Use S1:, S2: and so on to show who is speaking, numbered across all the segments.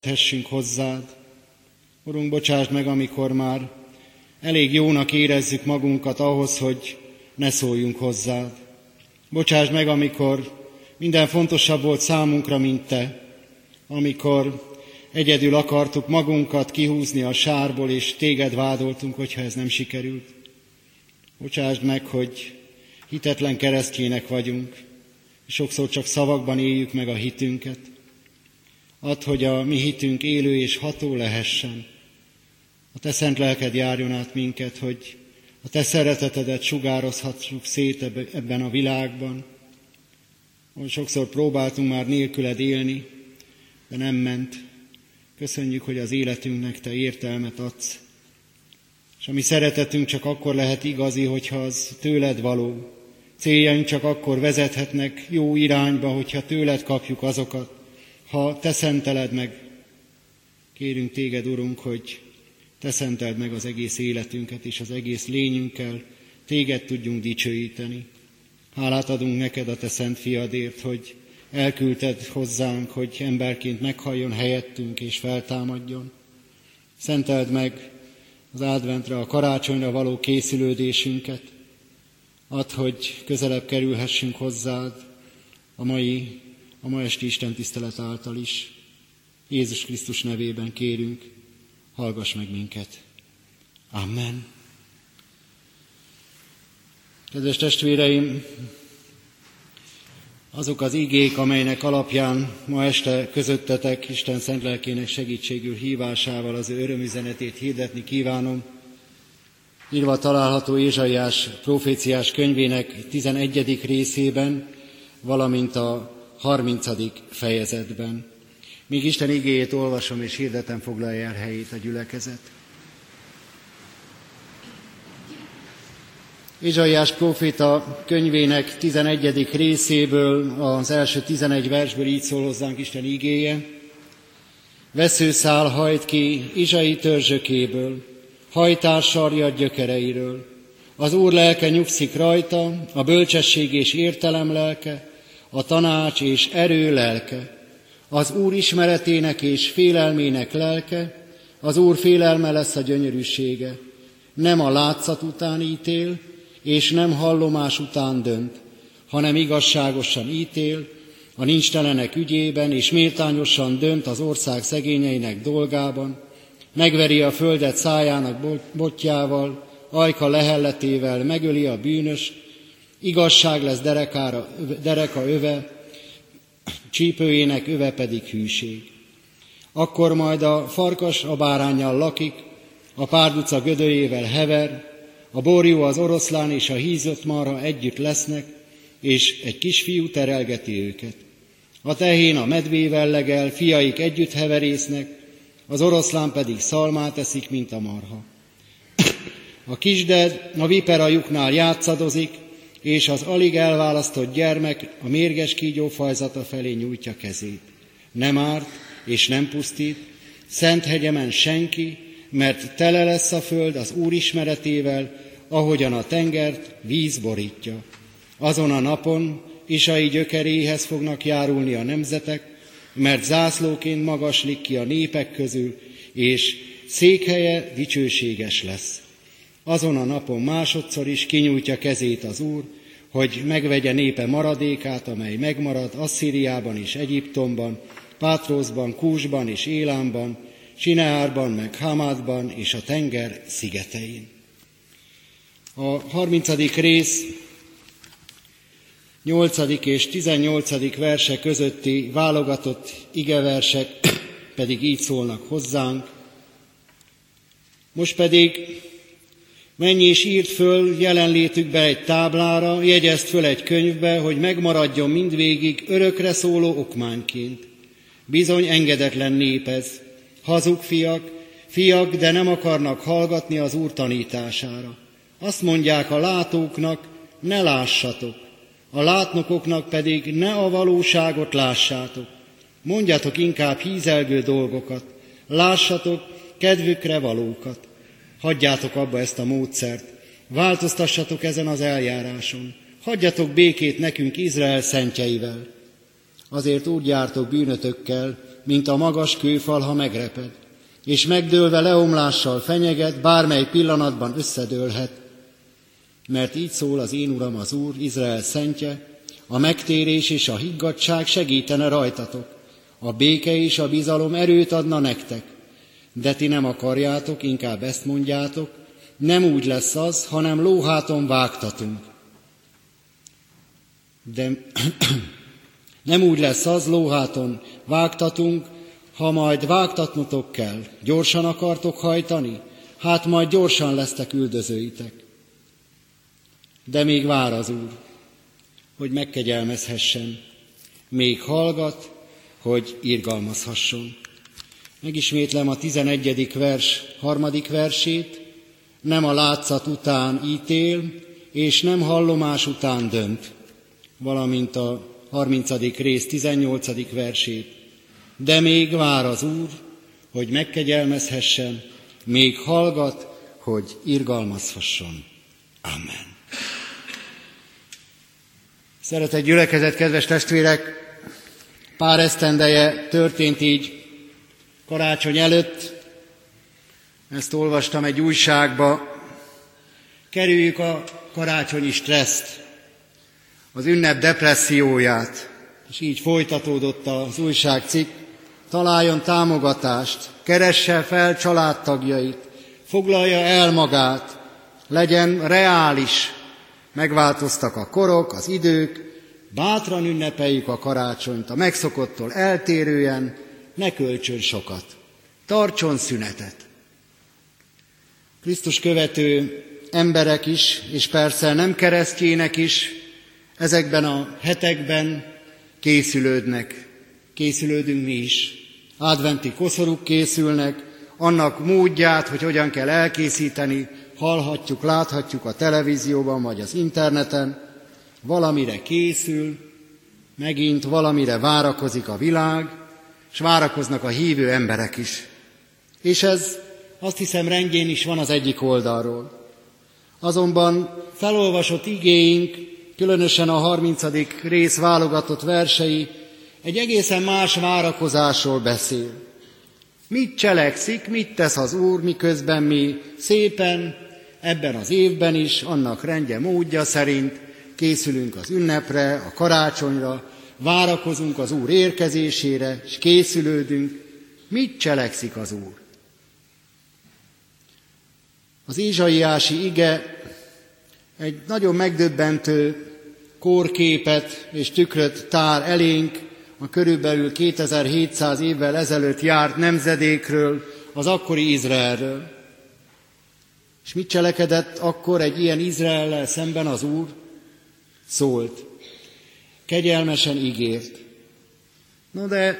S1: Hessünk hozzád. Urunk, bocsásd meg, amikor már elég jónak érezzük magunkat ahhoz, hogy ne szóljunk hozzád. Bocsásd meg, amikor minden fontosabb volt számunkra, mint te. Amikor egyedül akartuk magunkat kihúzni a sárból, és téged vádoltunk, hogyha ez nem sikerült. Bocsásd meg, hogy hitetlen keresztjének vagyunk, és sokszor csak szavakban éljük meg a hitünket. Add, hogy a mi hitünk élő és ható lehessen. A te szent lelked járjon át minket, hogy a te szeretetedet sugározhassuk szét ebben a világban. Hogy sokszor próbáltunk már nélküled élni, de nem ment. Köszönjük, hogy az életünknek te értelmet adsz. És a mi szeretetünk csak akkor lehet igazi, hogyha az tőled való. Céljaink csak akkor vezethetnek jó irányba, hogyha tőled kapjuk azokat. Ha te szenteled meg, kérünk téged, Urunk, hogy te szenteld meg az egész életünket, és az egész lényünkkel téged tudjunk dicsőíteni. Hálát adunk neked a te szent fiadért, hogy elküldted hozzánk, hogy emberként meghalljon helyettünk és feltámadjon. Szenteld meg az adventre, a karácsonyra való készülődésünket. Add, hogy közelebb kerülhessünk hozzád a ma esti istentisztelet által is. Jézus Krisztus nevében kérünk, hallgass meg minket. Amen. Kedves testvéreim, azok az igék, amelynek alapján ma este közöttetek Isten szent lelkének segítségül hívásával az ő örömüzenetét hirdetni kívánom, írva található Ézsaiás próféciás könyvének 11. részében, valamint a 30. fejezetben. Míg Isten igéjét olvasom és hirdetem, foglalja el helyét a gyülekezet. Ézsaiás próféta könyvének 11. részéből, az első 11 versből így szól hozzánk Isten igéje. Veszőszál hajt ki Izsai törzsökéből, hajtás sarjad gyökereiről. Az Úr lelke nyugszik rajta, a bölcsesség és értelem lelke, a tanács és erő lelke, az Úr ismeretének és félelmének lelke, az Úr félelme lesz a gyönyörűsége. Nem a látszat után ítél, és nem hallomás után dönt, hanem igazságosan ítél, a nincstelenek ügyében, és méltányosan dönt az ország szegényeinek dolgában, megveri a földet szájának botjával, ajka lehelletével, megöli a bűnös, igazság lesz dereka öve, csípőjének öve pedig hűség. Akkor majd a farkas a báránnyal lakik, a párduca gödöjével hever, a borjú, az oroszlán és a hízott marha együtt lesznek, és egy kisfiú terelgeti őket. A tehén a medvével legel, fiaik együtt heverésznek, az oroszlán pedig szalmát eszik, mint a marha. A kisded a vipera lyuknál játszadozik, és az alig elválasztott gyermek a mérges kígyó fajzata felé nyújtja kezét. Nem árt és nem pusztít, szent hegyemen senki, mert tele lesz a föld az Úr ismeretével, ahogyan a tengert víz borítja. Azon a napon Izsai gyökeréhez fognak járulni a nemzetek, mert zászlóként magaslik ki a népek közül, és székhelye dicsőséges lesz. Azon a napon másodszor is kinyújtja kezét az Úr, hogy megvegye népe maradékát, amely megmarad Asszíriában és Egyiptomban, Pátrószban, Kúsban és Élámban, Sineárban, meg Hamátban és a tenger szigetein. A 30. rész 8. és 18. verse közötti válogatott igeversek pedig így szólnak hozzánk. Most pedig menj és írd föl jelenlétükbe egy táblára, jegyezd föl egy könyvbe, hogy megmaradjon mindvégig örökre szóló okmányként. Bizony engedetlen nép ez, hazug fiak, de nem akarnak hallgatni az Úr tanítására. Azt mondják a látóknak, ne lássatok, a látnokoknak pedig ne a valóságot lássátok. Mondjatok inkább hízelgő dolgokat, lássatok kedvükre valókat. Hagyjátok abba ezt a módszert, változtassatok ezen az eljáráson, hagyjatok békét nekünk Izrael szentjeivel. Azért úgy jártok bűnötökkel, mint a magas kőfal, ha megreped, és megdőlve leomlással fenyeget, bármely pillanatban összedőlhet. Mert így szól az én Uram, az Úr, Izrael szentje, a megtérés és a higgadtság segítene rajtatok, a béke és a bizalom erőt adna nektek, de ti nem akarjátok, inkább ezt mondjátok, nem úgy lesz az, hanem lóháton vágtatunk. De nem úgy lesz az, lóháton vágtatunk, ha majd vágtatnotok kell. Gyorsan akartok hajtani? Hát majd gyorsan lesztek üldözőitek. De még vár az Úr, hogy megkegyelmezhessen. Még hallgat, hogy irgalmazhasson. Megismétlem a 11. vers 3. versét. Nem a látszat után ítél, és nem hallomás után dönt. Valamint a 30. rész 18. versét. De még vár az Úr, hogy megkegyelmezhessen, még hallgat, hogy irgalmazhasson. Amen. Szeretett gyülekezet, kedves testvérek, pár esztendeje történt így karácsony előtt, ezt olvastam egy újságba, kerüljük a karácsonyi stresszt, az ünnep depresszióját, és így folytatódott az újságcikk, találjon támogatást, keresse fel családtagjait, foglalja el magát, legyen reális, megváltoztak a korok, az idők, bátran ünnepeljük a karácsonyt, a megszokottól eltérően, ne költsön sokat, tartson szünetet. Krisztus követő emberek is, és persze nem keresztjének is, ezekben a hetekben készülődünk mi is. Adventi koszorúk készülnek, annak módját, hogy hogyan kell elkészíteni, hallhatjuk, láthatjuk a televízióban vagy az interneten, valamire készül, megint valamire várakozik a világ, és várakoznak a hívő emberek is. És ez, azt hiszem, rendjén is van az egyik oldalról. Azonban felolvasott igéink, különösen a 30. rész válogatott versei egy egészen más várakozásról beszél. Mit cselekszik, mit tesz az Úr, miközben mi szépen ebben az évben is, annak rendje módja szerint készülünk az ünnepre, a karácsonyra, várakozunk az Úr érkezésére, és készülődünk. Mit cselekszik az Úr? Az ézsaiási ige egy nagyon megdöbbentő kórképet és tükröt tár elénk a körülbelül 2700 évvel ezelőtt járt nemzedékről, az akkori Izraelről. És mit cselekedett akkor egy ilyen Izraellel szemben az Úr? Szólt. Kegyelmesen ígért. No de,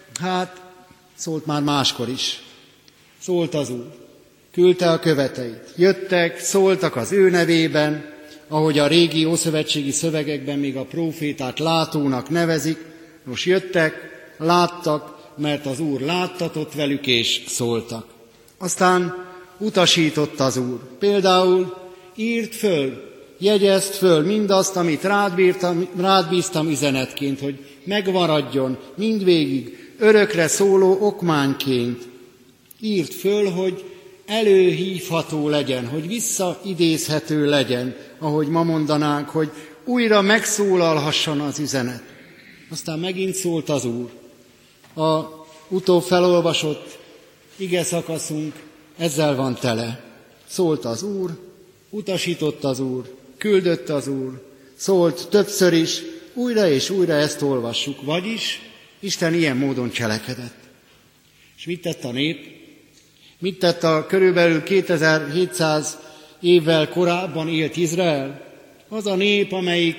S1: szólt már máskor is. Szólt az Úr. Küldte a követeit. Jöttek, szóltak az ő nevében, ahogy a régi ószövetségi szövegekben még a prófétát látónak nevezik. Most jöttek, láttak, mert az Úr láttatott velük és szóltak. Aztán utasított az Úr. Például írt föl, jegyezd föl mindazt, amit rád bíztam üzenetként, hogy megmaradjon mindvégig, örökre szóló okmányként. Írt föl, hogy előhívható legyen, hogy visszaidézhető legyen, ahogy ma mondanánk, hogy újra megszólalhasson az üzenet. Aztán megint szólt az Úr. A utóbb felolvasott ige szakaszunk ezzel van tele. Szólt az Úr, utasított az Úr, küldött az Úr, szólt többször is, újra és újra ezt olvassuk. Vagyis Isten ilyen módon cselekedett. És mit tett a nép? Mit tett a körülbelül 2700 évvel korábban élt Izrael? Az a nép, amelyik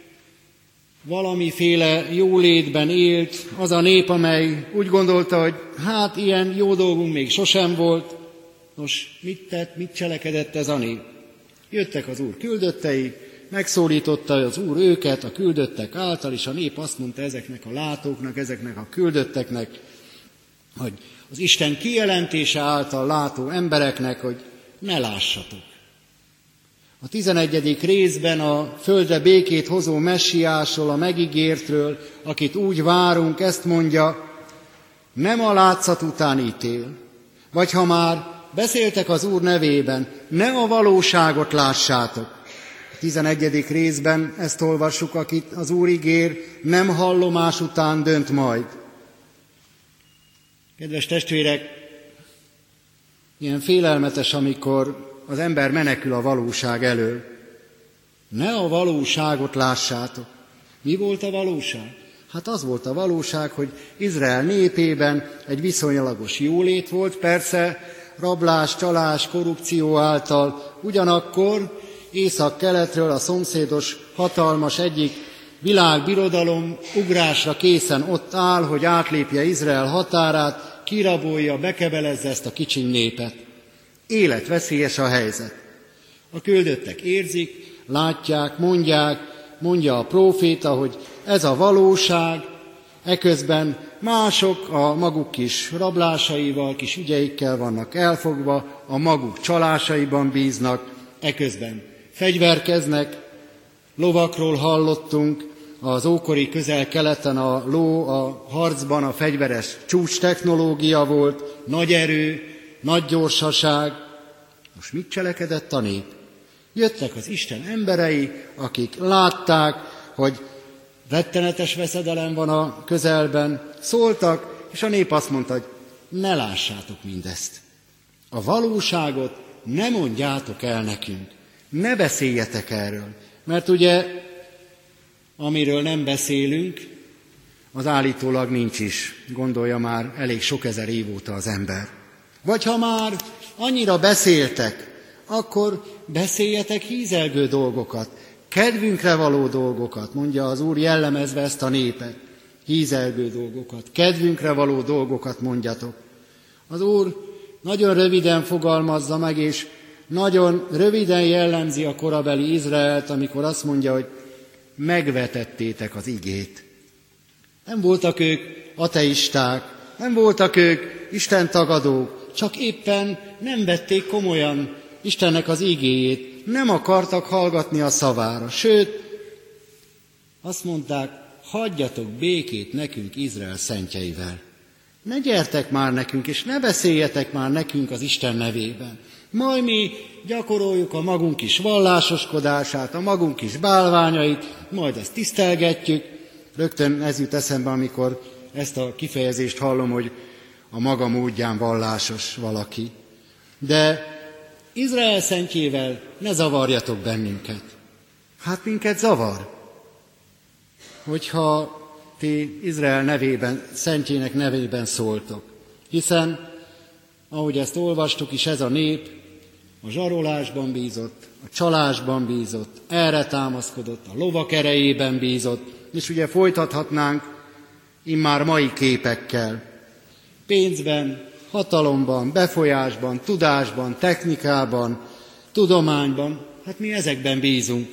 S1: valamiféle jólétben élt, az a nép, amely úgy gondolta, hogy ilyen jó dolgunk még sosem volt. Nos, mit tett, mit cselekedett ez a nép? Jöttek az Úr küldöttei, megszólította az Úr őket a küldöttek által, és a nép azt mondta ezeknek a látóknak, ezeknek a küldötteknek, hogy az Isten kijelentése által látó embereknek, hogy ne lássatok. A 11. részben a földre békét hozó messiásról, a megígértről, akit úgy várunk, ezt mondja, nem a látszat után ítél. Vagy ha már beszéltek az Úr nevében, ne a valóságot lássátok. A 11. részben ezt olvassuk, akit az Úr ígér, nem hallomás után dönt majd. Kedves testvérek, ilyen félelmetes, amikor az ember menekül a valóság elől. Ne a valóságot lássátok. Mi volt a valóság? Hát az volt a valóság, hogy Izrael népében egy viszonylagos jólét volt, persze rablás, csalás, korrupció által, ugyanakkor észak-keletről a szomszédos hatalmas egyik világbirodalom ugrásra készen ott áll, hogy átlépje Izrael határát, kirabolja, bekebelezze ezt a kicsiny népet. Életveszélyes a helyzet. A küldöttek érzik, látják, mondja a próféta, hogy ez a valóság, eközben mások a maguk kis rablásaival, kis ügyeikkel vannak elfogva, a maguk csalásaiban bíznak, eközben fegyverkeznek, lovakról hallottunk, az ókori Közel-Keleten a ló a harcban a fegyveres csúcs technológia volt, nagy erő, nagy gyorsaság. Most mit cselekedett a nép? Jöttek az Isten emberei, akik látták, hogy rettenetes veszedelem van a közelben, szóltak, és a nép azt mondta, hogy ne lássátok mindezt. A valóságot ne mondjátok el nekünk, ne beszéljetek erről, mert ugye, amiről nem beszélünk, az állítólag nincs is, gondolja már elég sok ezer év óta az ember. Vagy ha már annyira beszéltek, akkor beszéljetek hízelgő dolgokat, kedvünkre való dolgokat, mondja az Úr jellemezve ezt a népet. Hízelgő dolgokat, kedvünkre való dolgokat mondjatok. Az Úr nagyon röviden fogalmazza meg, és nagyon röviden jellemzi a korabeli Izraelt, amikor azt mondja, hogy megvetettétek az igét. Nem voltak ők ateisták, nem voltak ők istentagadók, csak éppen nem vették komolyan Istennek az igéjét, nem akartak hallgatni a szavára. Sőt, azt mondták, hagyjatok békét nekünk Izrael szentjeivel. Ne gyertek már nekünk, és ne beszéljetek már nekünk az Isten nevében. Majd mi gyakoroljuk a magunk kis vallásoskodását, a magunk kis bálványait, majd ezt tisztelgetjük. Rögtön ez jut eszembe, amikor ezt a kifejezést hallom, hogy a maga módján vallásos valaki. De Izrael szentjével ne zavarjatok bennünket. Hát minket zavar, hogyha ti Izrael nevében, szentjének nevében szóltok. Hiszen, ahogy ezt olvastuk is, ez a nép a zsarolásban bízott, a csalásban bízott, erre támaszkodott, a lovak erejében bízott, és ugye folytathatnánk immár mai képekkel. Pénzben, hatalomban, befolyásban, tudásban, technikában, tudományban, hát mi ezekben bízunk.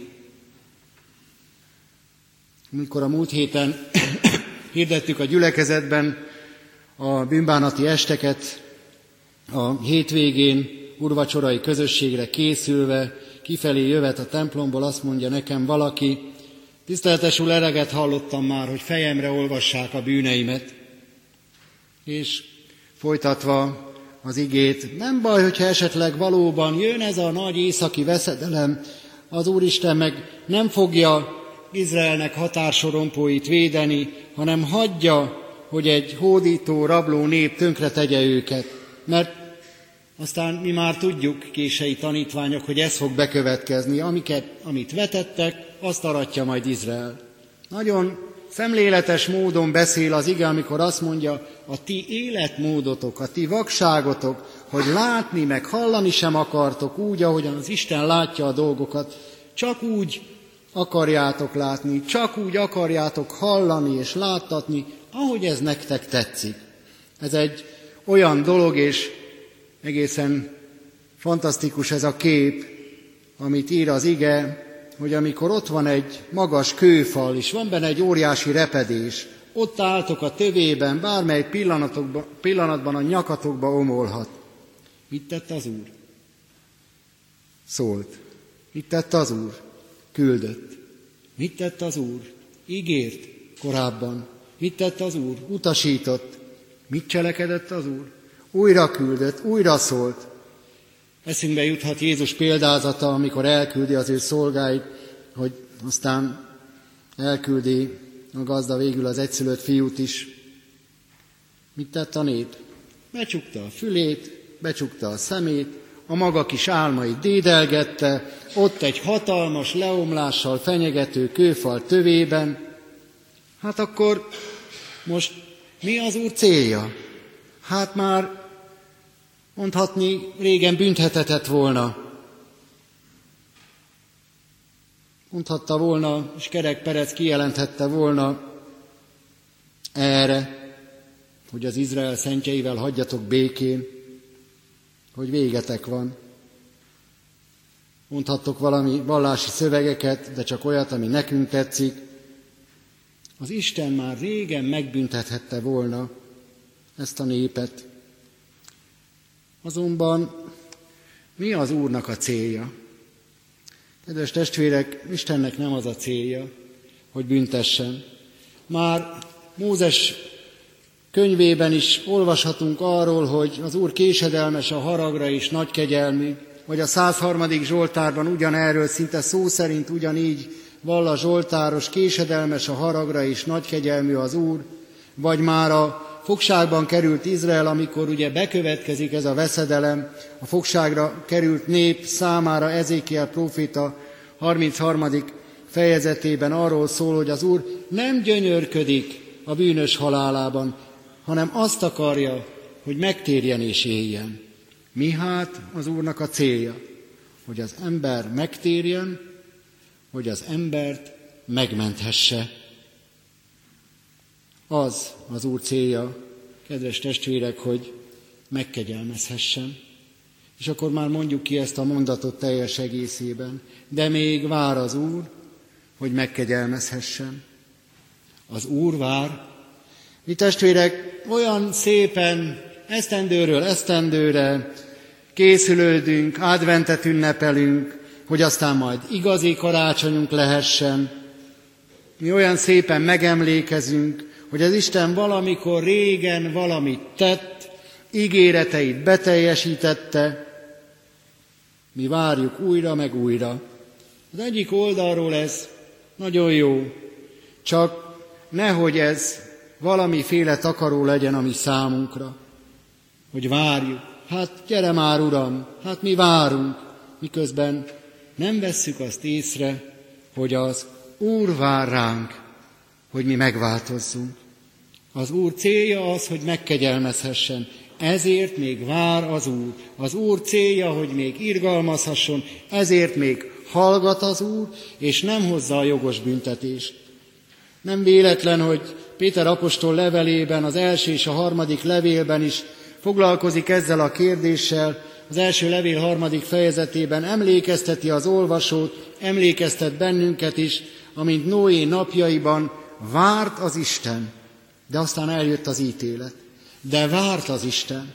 S1: Amikor a múlt héten hirdettük a gyülekezetben a bűnbánati esteket, a hétvégén úrvacsorai közösségre készülve, kifelé jövet a templomból, azt mondja nekem valaki, tiszteletes úr, eleget hallottam már, hogy fejemre olvassák a bűneimet. És folytatva az igét, nem baj, hogyha esetleg valóban jön ez a nagy északi veszedelem, az Úristen meg nem fogja Izraelnek határsorompóit védeni, hanem hagyja, hogy egy hódító, rabló nép tönkre tegye őket. Mert aztán mi már tudjuk, kései tanítványok, hogy ez fog bekövetkezni. Amit vetettek, azt aratja majd Izrael. Nagyon szemléletes módon beszél az ige, amikor azt mondja, a ti életmódotok, a ti vakságotok, hogy látni meg hallani sem akartok úgy, ahogyan az Isten látja a dolgokat, csak úgy akarjátok látni, csak úgy akarjátok hallani és láttatni, ahogy ez nektek tetszik. Ez egy olyan dolog, és egészen fantasztikus ez a kép, amit ír az ige, hogy amikor ott van egy magas kőfal, és van benne egy óriási repedés, ott álltok a tövében, bármely pillanatban a nyakatokba omolhat. Mit tett az Úr? Szólt. Mit tett az Úr? Küldött. Mit tett az Úr? Ígért korábban. Mit tett az Úr? Utasított. Mit cselekedett az Úr? Újra küldött, újra szólt. Eszünkbe juthat Jézus példázata, amikor elküldi az ő szolgáit, hogy aztán elküldi a gazda végül az egyszülött fiút is. Mit tett a nép? Becsukta a fülét, becsukta a szemét, a maga kis álmait dédelgette, ott egy hatalmas leomlással fenyegető kőfal tövében. Hát akkor most mi az Úr célja? Hát már mondhatni régen büntethetett volna. Mondhatta volna, és Kerek Perec kijelenthette volna erre, hogy az Izrael szentjeivel hagyjatok békén, hogy végetek van. Mondhattok valami vallási szövegeket, de csak olyat, ami nekünk tetszik. Az Isten már régen megbüntethette volna ezt a népet. Azonban mi az Úrnak a célja? Kedves testvérek, Istennek nem az a célja, hogy büntessen. Már Mózes könyvében is olvashatunk arról, hogy az Úr késedelmes a haragra és nagykegyelmű, vagy a 103. Zsoltárban ugyanerről, szinte szó szerint ugyanígy vall a zsoltáros, késedelmes a haragra és nagykegyelmű az Úr, vagy már a fogságban került Izrael, amikor ugye bekövetkezik ez a veszedelem, a fogságra került nép számára Ezékiel próféta 33. fejezetében arról szól, hogy az Úr nem gyönyörködik a bűnös halálában, hanem azt akarja, hogy megtérjen és éljen. Mi hát az Úrnak a célja? Hogy az ember megtérjen, hogy az embert megmenthesse. Az Úr célja, kedves testvérek, hogy megkegyelmezhessen. És akkor már mondjuk ki ezt a mondatot teljes egészében. De még vár az Úr, hogy megkegyelmezhessen. Az Úr vár. Mi testvérek, olyan szépen esztendőről esztendőre készülődünk, adventet ünnepelünk, hogy aztán majd igazi karácsonyunk lehessen. Mi olyan szépen megemlékezünk, hogy az Isten valamikor régen valamit tett, ígéreteit beteljesítette, mi várjuk újra meg újra. Az egyik oldalról ez nagyon jó, csak nehogy ez valamiféle takaró legyen a mi számunkra, hogy várjuk. Hát gyere már, Uram, hát mi várunk, miközben nem vesszük azt észre, hogy az Úr vár ránk, hogy mi megváltozzunk. Az Úr célja az, hogy megkegyelmezhessen, ezért még vár az Úr. Az Úr célja, hogy még irgalmazhasson, ezért még hallgat az Úr, és nem hozza a jogos büntetést. Nem véletlen, hogy Péter apostol levelében, az első és a 3. levélben is foglalkozik ezzel a kérdéssel. Az első levél 3. fejezetében emlékezteti az olvasót, emlékeztet bennünket is, amint Noé napjaiban várt az Isten, de aztán eljött az ítélet. De várt az Isten.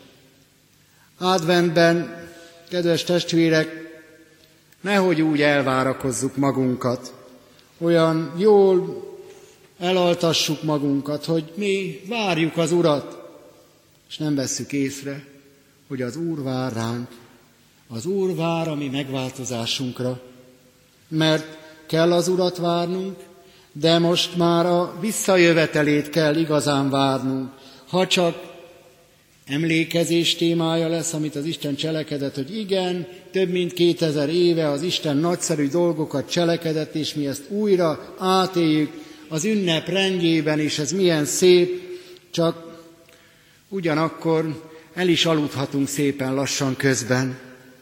S1: Adventben, kedves testvérek, nehogy úgy elvárakozzuk magunkat, olyan jól elaltassuk magunkat, hogy mi várjuk az Urat, és nem vesszük észre, hogy az Úr vár ránk. Az Úr vár a mi megváltozásunkra, mert kell az Urat várnunk, de most már a visszajövetelét kell igazán várnunk. Ha csak emlékezés témája lesz, amit az Isten cselekedett, hogy igen, több mint 2000 éve az Isten nagyszerű dolgokat cselekedett, és mi ezt újra átéljük az ünnep rendjében, és ez milyen szép, csak ugyanakkor el is aludhatunk szépen lassan közben.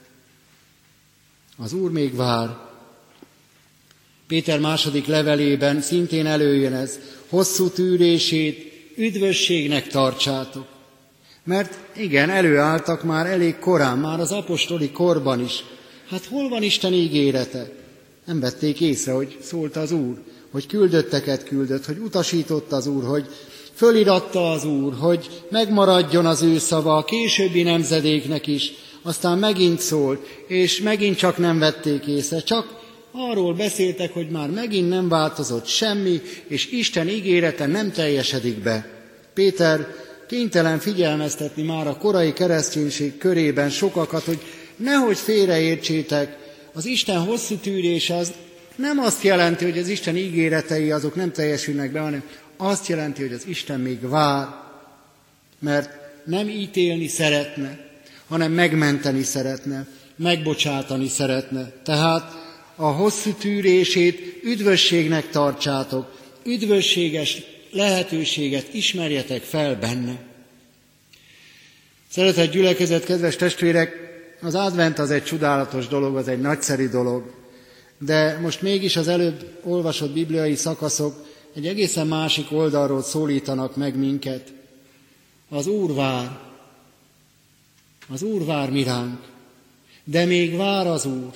S1: Az Úr még vár. Péter második levelében szintén előjön ez, hosszú tűrését üdvösségnek tartsátok. Mert igen, előálltak már elég korán, már az apostoli korban is. Hát hol van Isten ígérete? Nem vették észre, hogy szólt az Úr, hogy küldötteket küldött, hogy utasított az Úr, hogy föliratta az Úr, hogy megmaradjon az ő szava a későbbi nemzedéknek is. Aztán megint szólt, és megint csak nem vették észre, csak arról beszéltek, hogy már megint nem változott semmi, és Isten ígérete nem teljesedik be. Péter kénytelen figyelmeztetni már a korai kereszténység körében sokakat, hogy nehogy félreértsétek, az Isten hosszú tűrése az nem azt jelenti, hogy az Isten ígéretei azok nem teljesülnek be, hanem azt jelenti, hogy az Isten még vár, mert nem ítélni szeretne, hanem megmenteni szeretne, megbocsátani szeretne. Tehát a hosszú tűrését üdvösségnek tartsátok, üdvösséges lehetőséget ismerjetek fel benne. Szeretett gyülekezet, kedves testvérek, az advent az egy csodálatos dolog, az egy nagyszerű dolog, de most mégis az előbb olvasott bibliai szakaszok egy egészen másik oldalról szólítanak meg minket. Az Úr vár. Az Úr vár miránk, de még vár az Úr.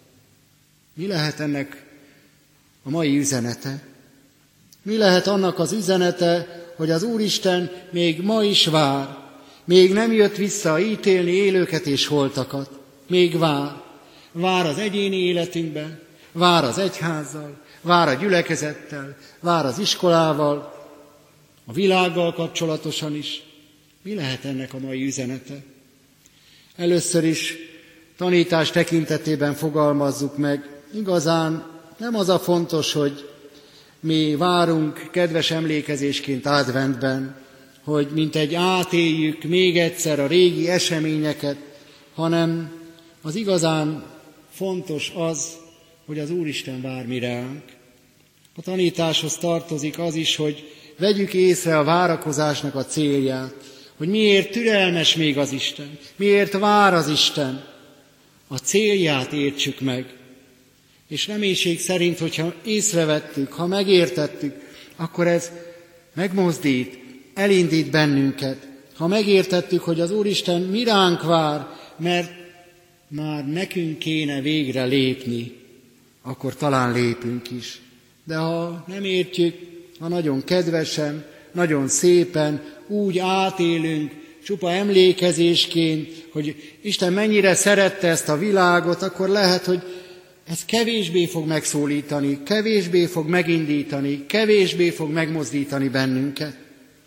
S1: Mi lehet ennek a mai üzenete? Mi lehet annak az üzenete, hogy az Úristen még ma is vár, még nem jött vissza ítélni élőket és holtakat, még vár. Vár az egyéni életünkben, vár az egyházzal, vár a gyülekezettel, vár az iskolával, a világgal kapcsolatosan is. Mi lehet ennek a mai üzenete? Először is tanítás tekintetében fogalmazzuk meg. Igazán nem az a fontos, hogy mi várunk kedves emlékezésként adventben, hogy mintegy átéljük még egyszer a régi eseményeket, hanem az igazán fontos az, hogy az Úristen vár mi ránk. A tanításhoz tartozik az is, hogy vegyük észre a várakozásnak a célját, hogy miért türelmes még az Isten, miért vár az Isten. A célját értsük meg. És reménység szerint, hogyha észrevettük, ha megértettük, akkor ez megmozdít, elindít bennünket. Ha megértettük, hogy az Úristen mi ránk vár, mert már nekünk kéne végre lépni, akkor talán lépünk is. De ha nem értjük, ha nagyon kedvesen, nagyon szépen, úgy átélünk, csupa emlékezésként, hogy Isten mennyire szerette ezt a világot, akkor lehet, hogy ez kevésbé fog megszólítani, kevésbé fog megindítani, kevésbé fog megmozdítani bennünket.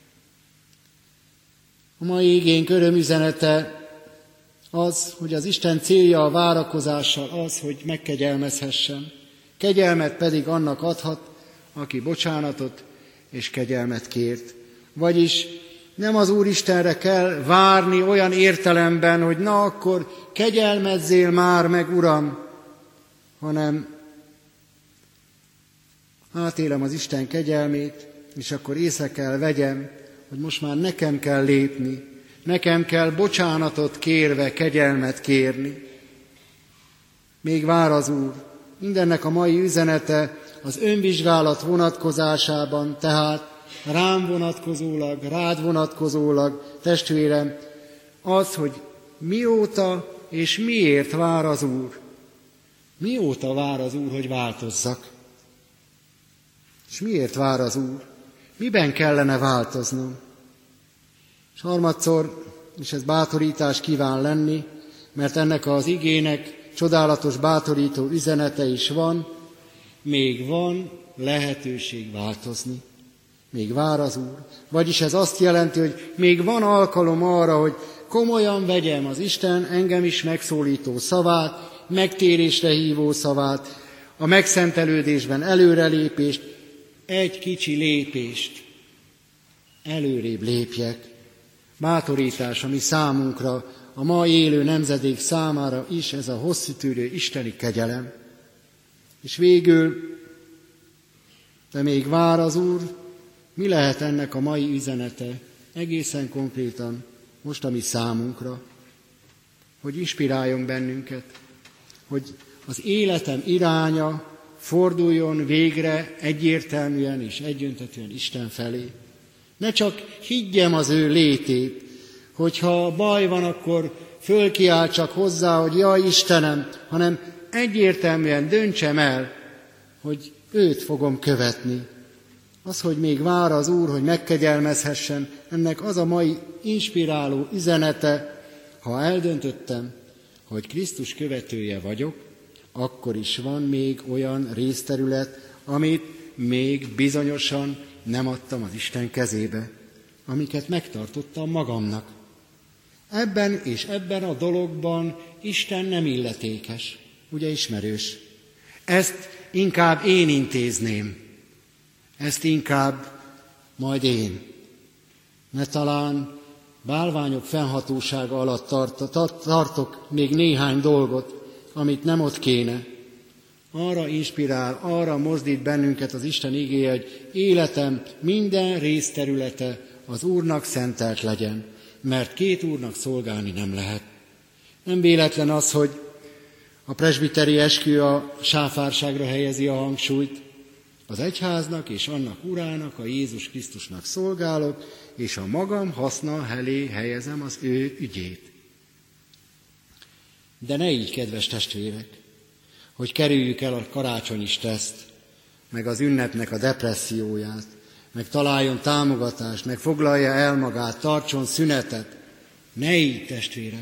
S1: A mai igénk örömüzenete az, hogy az Isten célja a várakozással az, hogy megkegyelmezhessen. Kegyelmet pedig annak adhat, aki bocsánatot és kegyelmet kért. Vagyis nem az Úristenre kell várni olyan értelemben, hogy na akkor kegyelmezzél már meg, Uram, hanem átélem az Isten kegyelmét, és akkor észre kell vegyem, hogy most már nekem kell lépni, nekem kell bocsánatot kérve, kegyelmet kérni. Még vár az Úr. Mindennek a mai üzenete az önvizsgálat vonatkozásában, tehát rám vonatkozólag, rád vonatkozólag, testvérem, az, hogy mióta és miért vár az Úr. Mióta vár az Úr, hogy változzak? És miért vár az Úr? Miben kellene változnom? És harmadszor, és ez bátorítás kíván lenni, mert ennek az igének csodálatos bátorító üzenete is van, még van lehetőség változni. Még vár az Úr. Vagyis ez azt jelenti, hogy még van alkalom arra, hogy komolyan vegyem az Isten engem is megszólító szavát, megtérésre hívó szavát, a megszentelődésben előrelépést, egy kicsi lépést előrébb lépjek. Bátorítás, ami számunkra, a ma élő nemzedék számára is ez a hosszútűrő isteni kegyelem. És végül, de még vár az Úr, mi lehet ennek a mai üzenete egészen konkrétan most a mi számunkra, hogy inspiráljon bennünket, hogy az életem iránya forduljon végre egyértelműen és egyöntetően Isten felé. Ne csak higgyem az ő létét, hogyha baj van, akkor fölkiáll csak hozzá, hogy jaj Istenem, hanem egyértelműen döntsem el, hogy őt fogom követni. Az, hogy még vár az Úr, hogy megkegyelmezhessen, ennek az a mai inspiráló üzenete, ha eldöntöttem, hogy Krisztus követője vagyok, akkor is van még olyan részterület, amit még bizonyosan nem adtam az Isten kezébe. amiket megtartottam magamnak. Ebben és ebben a dologban Isten nem illetékes, ugye ismerős. Ezt inkább én intézném, ezt inkább majd én. Mert talán bálványok fennhatósága alatt tartok még néhány dolgot, amit nem ott kéne. Arra inspirál, arra mozdít bennünket az Isten igéje, hogy életem minden részterülete az Úrnak szentelt legyen, mert két Úrnak szolgálni nem lehet. Nem véletlen az, hogy a presbiteri eskü a sáfárságra helyezi a hangsúlyt. Az egyháznak és annak urának, a Jézus Krisztusnak szolgálok, és a magam haszna elé helyezem az ő ügyét. De ne így, kedves testvérek, hogy kerüljük el a karácsonyi stresszt, meg az ünnepnek a depresszióját, meg találjon támogatást, meg foglalja el magát, tartson szünetet. Ne így, testvérek!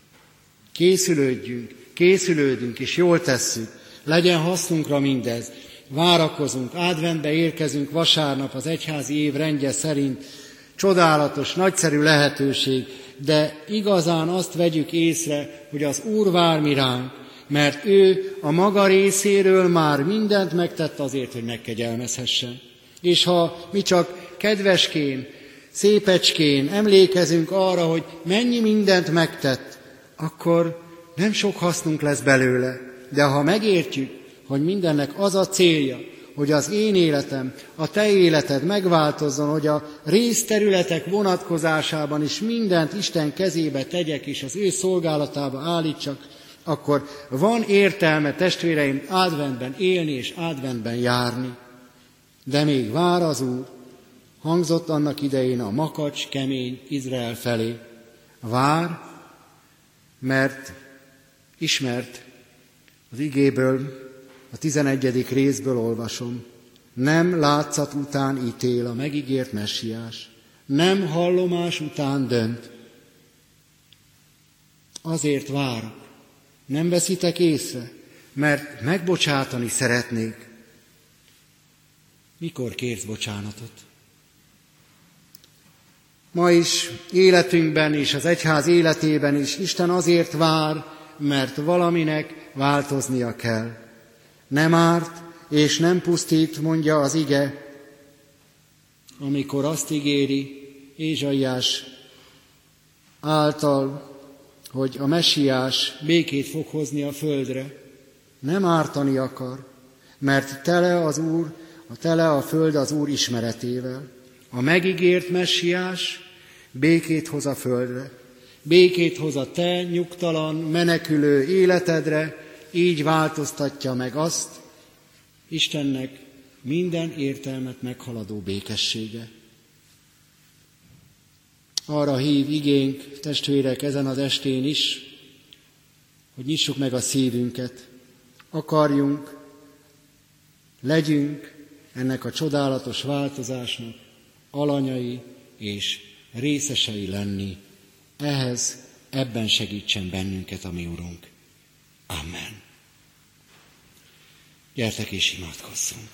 S1: Készülődünk, és jól tesszük. Legyen hasznunkra mindez. Várakozunk, adventbe érkezünk vasárnap az egyházi év rendje szerint. Csodálatos, nagyszerű lehetőség, de igazán azt vegyük észre, hogy az Úr vár mi ránk, mert ő a maga részéről már mindent megtett azért, hogy megkegyelmezhessen. És ha mi csak kedveskén, szépecskén emlékezünk arra, hogy mennyi mindent megtett, akkor nem sok hasznunk lesz belőle. De ha megértjük, hogy mindennek az a célja, hogy az én életem, a te életed megváltozzon, hogy a részterületek vonatkozásában is mindent Isten kezébe tegyek, és az ő szolgálatába állítsak, akkor van értelme, testvéreim, adventben élni és adventben járni. De még vár az Úr, hangzott annak idején a makacs, kemény Izrael felé. Vár, mert ismert az igéből, a 11. részből olvasom. Nem látszat után ítél a megígért messiás, nem hallomás után dönt. Azért várok, nem veszitek észre, mert megbocsátani szeretnék. Mikor kérsz bocsánatot? Ma is életünkben és az egyház életében is Isten azért vár, mert valaminek változnia kell. Nem árt és nem pusztít, mondja az ige, amikor azt ígéri Ézsaiás által, hogy a messiás békét fog hozni a földre. Nem ártani akar, mert tele a föld az Úr ismeretével. A megígért messiás békét hoz a földre. Békét hoz a te nyugtalan, menekülő életedre, így változtatja meg azt Istennek minden értelmet meghaladó békessége. Arra hív igénk, testvérek, ezen az estén is, hogy nyissuk meg a szívünket, akarjunk, legyünk ennek a csodálatos változásnak alanyai és részesei lenni. Ehhez, ebben segítsen bennünket a mi Urunk. Amen. Gyertek és imádkozzunk.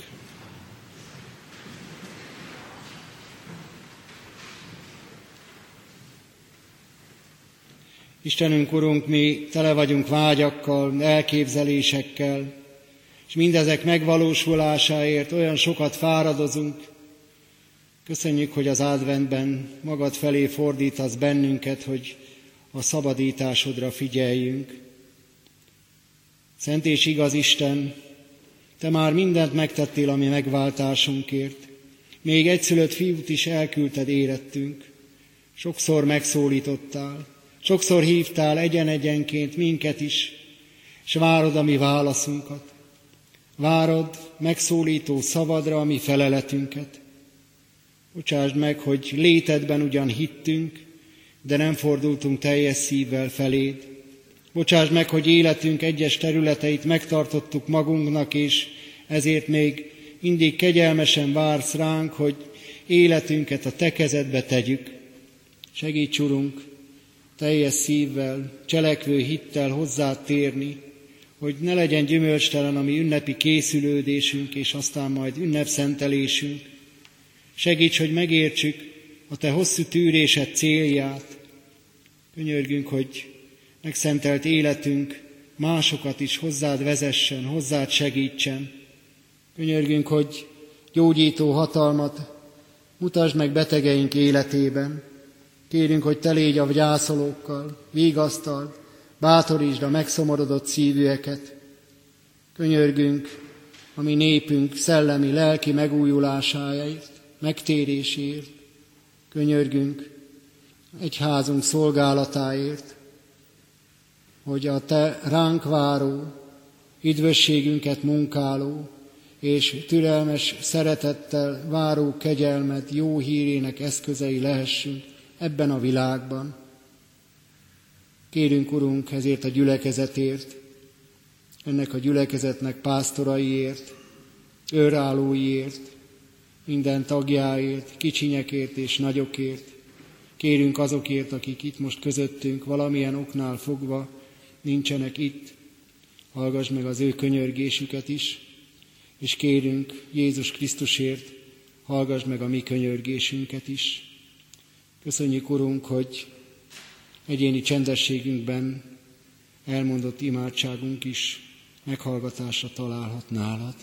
S1: Istenünk, Urunk, mi tele vagyunk vágyakkal, elképzelésekkel, és mindezek megvalósulásáért olyan sokat fáradozunk. Köszönjük, hogy az adventben magad felé fordítasz bennünket, hogy a szabadításodra figyeljünk. Szent és igaz Isten, te már mindent megtettél a mi megváltásunkért. Még egyszülött fiút is elküldted érettünk. Sokszor megszólítottál, sokszor hívtál egyen-egyenként minket is, és várod a mi válaszunkat. Várod megszólító szavadra a mi feleletünket. Bocsásd meg, hogy létedben ugyan hittünk, de nem fordultunk teljes szívvel feléd. Bocsásd meg, hogy életünk egyes területeit megtartottuk magunknak, és ezért még mindig kegyelmesen vársz ránk, hogy életünket a te kezedbe tegyük. Segíts, Urunk, teljes szívvel, cselekvő hittel hozzád térni, hogy ne legyen gyümölcstelen a mi ünnepi készülődésünk, és aztán majd ünnepszentelésünk. Segíts, hogy megértsük, a Te hosszú tűrésed célját. Könyörgünk, hogy megszentelt életünk másokat is hozzád vezessen, hozzád segítsen. Könyörgünk, hogy gyógyító hatalmat mutasd meg betegeink életében. Kérünk, hogy Te légy a gyászolókkal, vigasztald, bátorítsd a megszomorodott szívűeket. Könyörgünk a mi népünk szellemi, lelki megújulásáért, megtéréséért. Könyörgünk egyházunk szolgálatáért, hogy a Te ránk váró, üdvösségünket munkáló és türelmes szeretettel váró kegyelmed jó hírének eszközei lehessünk ebben a világban. Kérünk, Urunk, ezért a gyülekezetért, ennek a gyülekezetnek pásztoraiért, őrállóiért, minden tagjáért, kicsinyekért és nagyokért. Kérünk azokért, akik itt most közöttünk valamilyen oknál fogva nincsenek itt. Hallgass meg az ő könyörgésüket is, és kérünk Jézus Krisztusért, hallgass meg a mi könyörgésünket is. Köszönjük, Urunk, hogy egyéni csendességünkben elmondott imádságunk is meghallgatásra találhat nálad.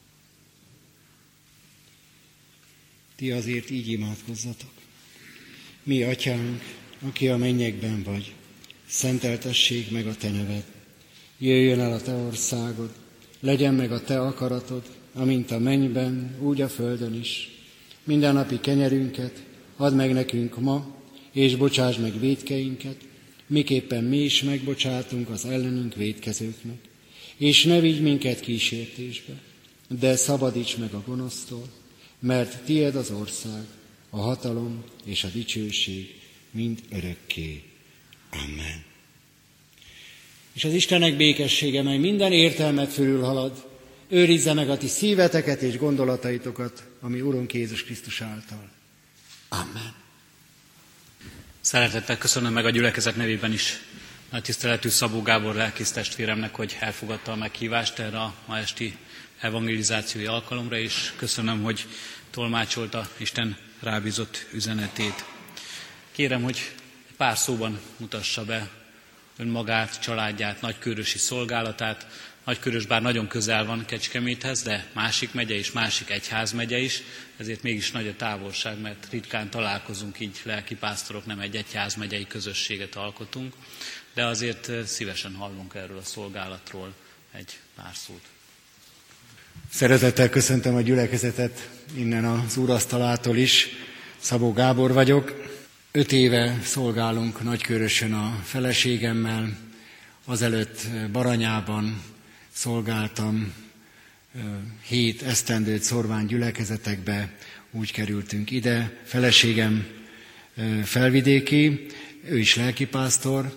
S1: Ti azért így imádkozzatok. Mi, Atyánk, aki a mennyekben vagy, szenteltessék meg a Te neved. Jöjjön el a Te országod, legyen meg a Te akaratod, amint a mennyben, úgy a földön is. Mindennapi kenyerünket add meg nekünk ma, és bocsásd meg vétkeinket, miképpen mi is megbocsátunk az ellenünk vétkezőknek. És ne vigy minket kísértésbe, de szabadíts meg a gonosztól, mert tied az ország, a hatalom és a dicsőség mind örökké. Amen. És az Istennek békessége, mely minden értelmet fölülhalad, őrizze meg a ti szíveteket és gondolataitokat, ami Urunk Jézus Krisztus által. Amen.
S2: Szeretettel köszönöm meg a gyülekezet nevében is nagy tiszteletű Szabó Gábor lelkésztestvéremnek, hogy elfogadta a meghívást erre a ma esti evangelizációi alkalomra, és köszönöm, hogy tolmácsolta Isten rábízott üzenetét. Kérem, hogy pár szóban mutassa be önmagát, családját, nagykőrösi szolgálatát. Nagykörös bár nagyon közel van Kecskeméthez, de másik megye és másik egyházmegye is, ezért mégis nagy a távolság, mert ritkán találkozunk így lelkipásztorok, nem egy egyházmegyei közösséget alkotunk, de azért szívesen hallunk erről a szolgálatról egy pár szót.
S1: Szeretettel köszöntöm a gyülekezetet innen az úrasztalától is. Szabó Gábor vagyok. 5 éve szolgálunk Nagykőrösön a feleségemmel. Azelőtt Baranyában szolgáltam 7 esztendőt szorván gyülekezetekbe, úgy kerültünk ide. Feleségem felvidéki, ő is lelkipásztor.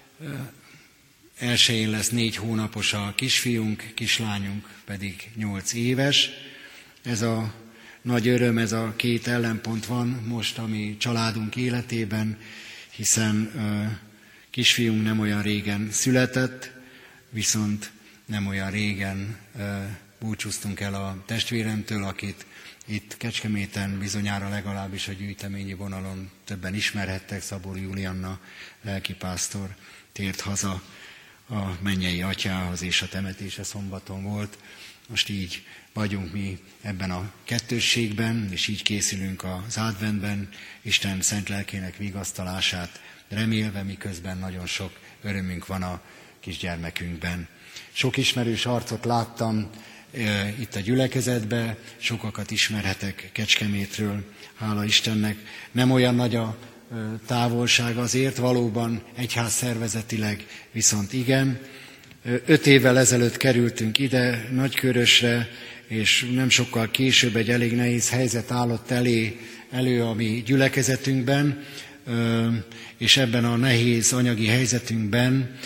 S1: 1-én lesz 4 hónapos a kisfiunk, kislányunk pedig 8 éves. Ez a nagy öröm, ez a 2 ellenpont van most a mi családunk életében, hiszen kisfiunk nem olyan régen született, viszont nem olyan régen búcsúztunk el a testvéremtől, akit itt Kecskeméten bizonyára legalábbis a gyűjteményi vonalon többen ismerhettek. Szabó Julianna lelkipásztor tért haza a mennyei atyához, és a temetése szombaton volt. Most így vagyunk mi ebben a kettősségben, és így készülünk az adventben, Isten szent lelkének vigasztalását remélve, miközben nagyon sok örömünk van a kisgyermekünkben. Sok ismerős arcot láttam itt a gyülekezetben, sokakat ismerhetek Kecskemétről, hála Istennek. Nem olyan nagy a távolság azért, valóban egyházszervezetileg viszont igen. 5 évvel ezelőtt kerültünk ide Nagykőrösre, és nem sokkal később egy elég nehéz helyzet állott elő a mi gyülekezetünkben, és ebben a nehéz anyagi helyzetünkben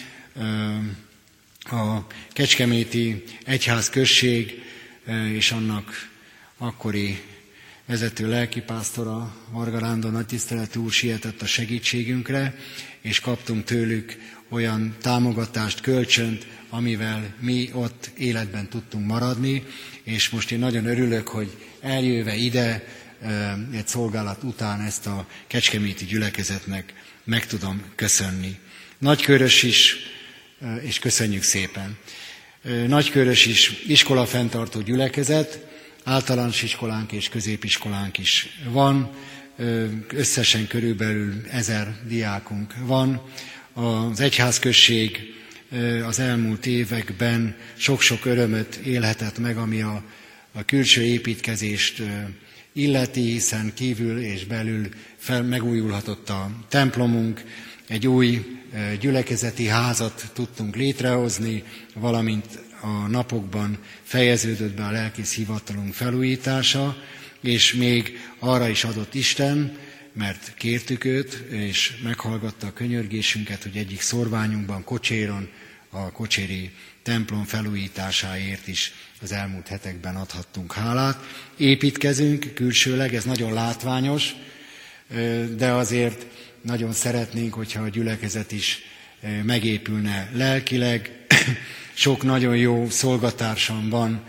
S1: a Kecskeméti Egyházközség és annak akkori vezető lelkipásztora, Varga Lándor nagytiszteletű úr sietett a segítségünkre, és kaptunk tőlük olyan támogatást, kölcsönt, amivel mi ott életben tudtunk maradni, és most én nagyon örülök, hogy eljöve ide egy szolgálat után ezt a kecskeméti gyülekezetnek meg tudom köszönni. Nagykörös is, és köszönjük szépen. Nagykörös is iskolafenntartó gyülekezet, általános iskolánk és középiskolánk is van, összesen körülbelül 1000 diákunk van. Az egyházközség az elmúlt években sok-sok örömöt élhetett meg, ami a külső építkezést illeti, hiszen kívül és belül megújulhatott a templomunk, egy új gyülekezeti házat tudtunk létrehozni, valamint a napokban fejeződött be a lelkész hivatalunk felújítása, és még arra is adott Isten, mert kértük őt, és meghallgatta a könyörgésünket, hogy egyik szorványunkban, Kocséron, a kocséri templom felújításáért is az elmúlt hetekben adhattunk hálát. Építkezünk külsőleg, ez nagyon látványos, de azért nagyon szeretnénk, hogyha a gyülekezet is megépülne lelkileg. Sok nagyon jó szolgatársam van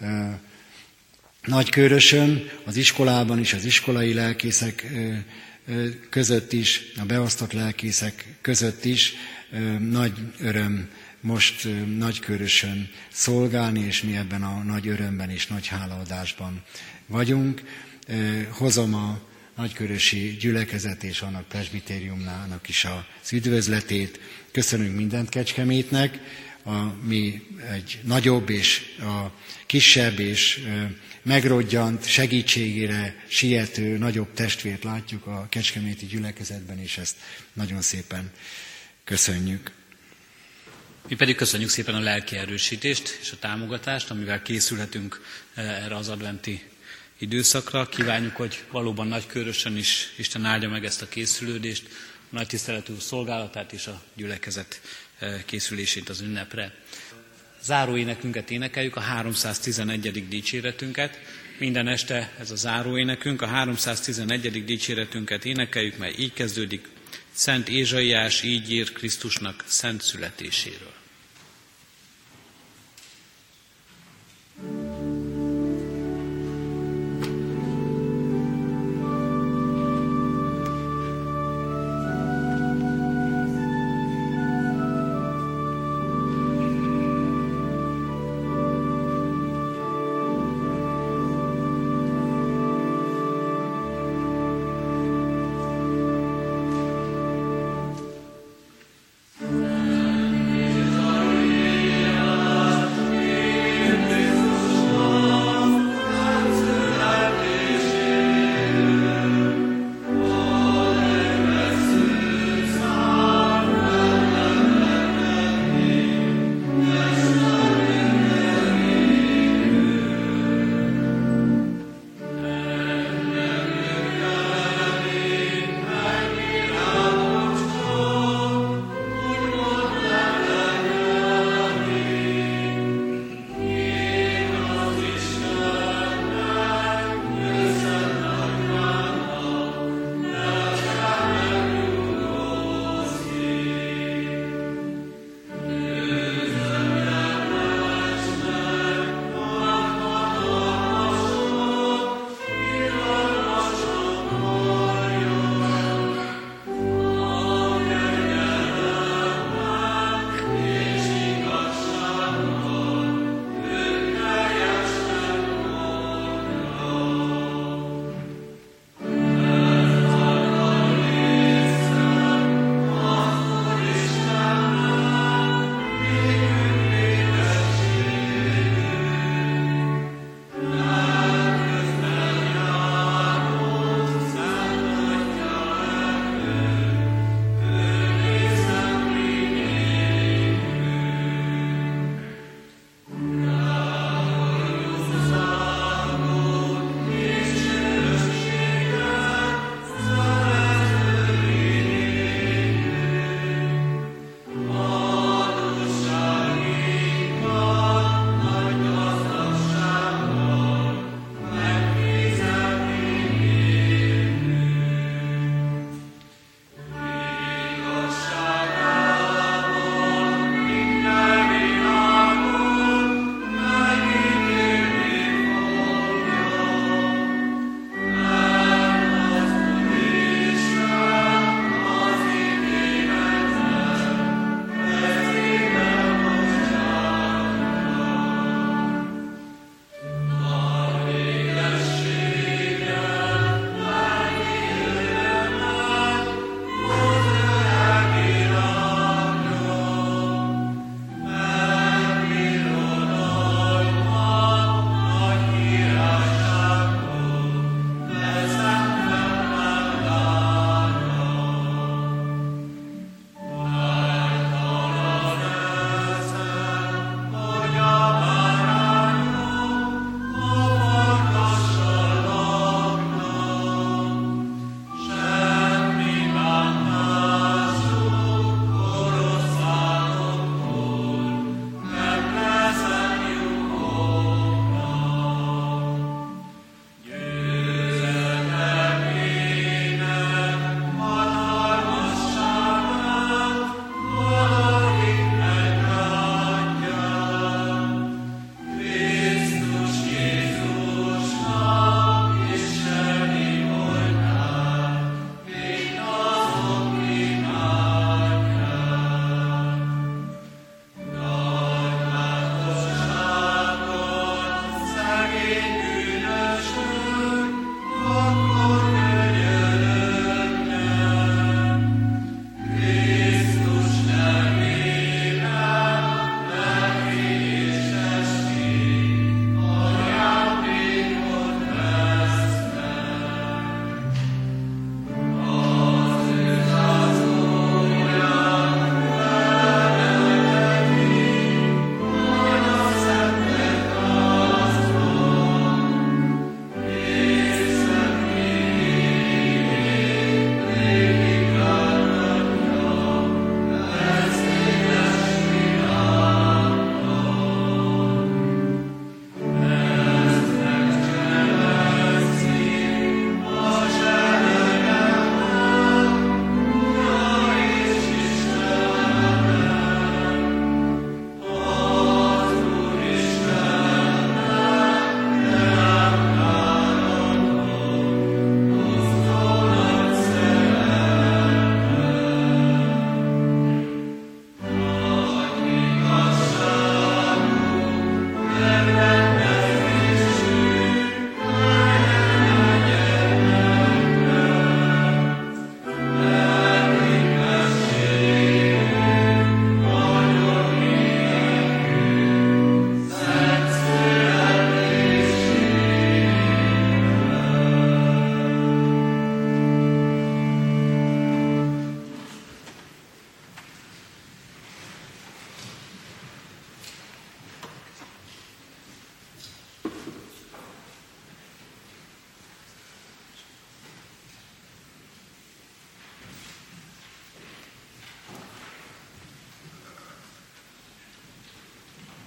S1: Nagykőrösön, az iskolában is, az iskolai lelkészek között is, a beosztott lelkészek között is. Nagy öröm most Nagykőrösön szolgálni, és mi ebben a nagy örömben és nagy hálaadásban vagyunk. Hozom a nagykörösi gyülekezet és annak presbitériumnának is az üdvözletét. Köszönünk mindent Kecskemétnek, mi egy nagyobb és a kisebb és megrodjant, segítségére siető nagyobb testvért látjuk a kecskeméti gyülekezetben, és ezt nagyon szépen köszönjük.
S2: Mi pedig köszönjük szépen a lelki erősítést és a támogatást, amivel készülhetünk erre az adventi időszakra. Kívánjuk, hogy valóban Nagykőrösön is Isten áldja meg ezt a készülődést, a nagy tiszteletű szolgálatát és a gyülekezet készülését az ünnepre. Záróénekünket énekeljük, a 311. dicséretünket. Minden este ez a záróénekünk, a 311. dicséretünket énekeljük, mely így kezdődik: Szent Ézsaiás így ír Krisztusnak szent születéséről.